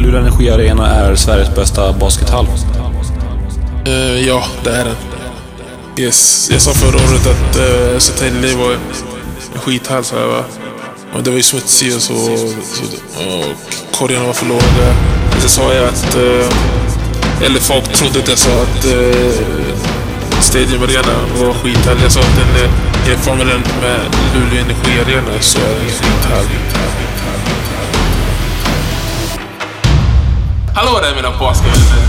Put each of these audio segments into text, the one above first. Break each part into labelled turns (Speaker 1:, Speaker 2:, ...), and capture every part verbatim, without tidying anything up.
Speaker 1: Luleå Energiarena är Sveriges bästa baskethall.
Speaker 2: Uh, ja, det är den. Yes. Jag sa förra året att uh, Södertälje var en skithall, så här, va? Och det var ju smutsigt och så, så och korgarna var för låga. Så sa jag att uh, eller folk trodde att jag sa att uh, Stadium Arena var skithall. Jag sa att den är jämfört med den med Luleå Energiarena så är den skithall. Hallå där mina påskavänner.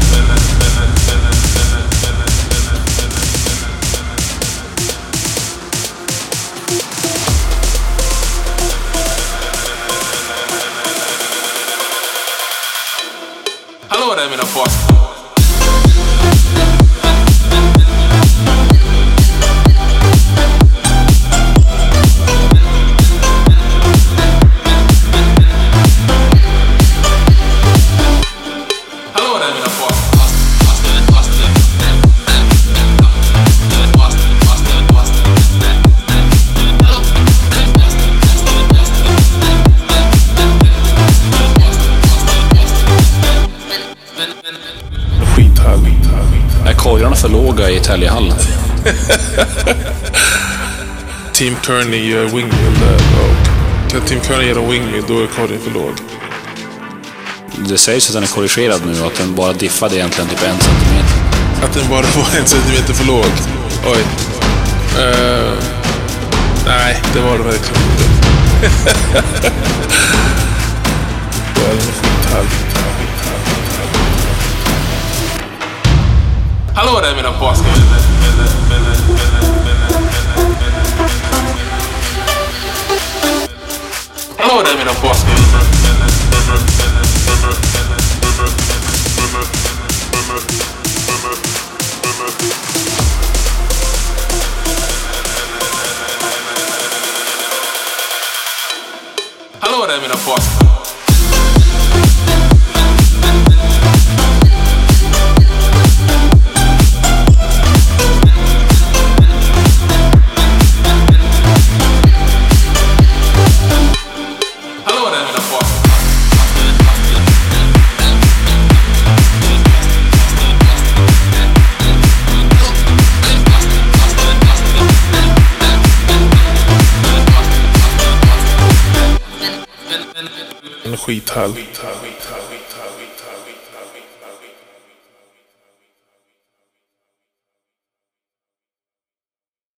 Speaker 2: Hallå där mina påskavänner.
Speaker 1: Är korgarna för låga i Täljehallen?
Speaker 2: Tim Kearney gör wingmill där. Och kan Tim Kearney göra wingmill, då är korgen för låg.
Speaker 1: Det sägs att den är korrigerad nu och att den bara diffade egentligen typ en centimeter.
Speaker 2: Att den bara var en centimeter för låg? Oj. Uh, nej, det var det verkligen inte. Då är den skithall. Hallå där mina påskavänner. Hallå där mina påskavänner. Hallå där mina påskavänner. En skithall.